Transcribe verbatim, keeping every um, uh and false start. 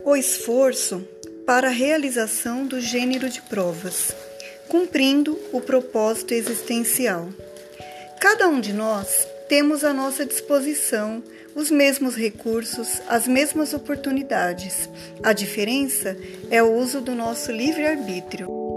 o esforço para a realização do gênero de provas, cumprindo o propósito existencial. Cada um de nós temos à nossa disposição os mesmos recursos, as mesmas oportunidades. A diferença é o uso do nosso livre-arbítrio.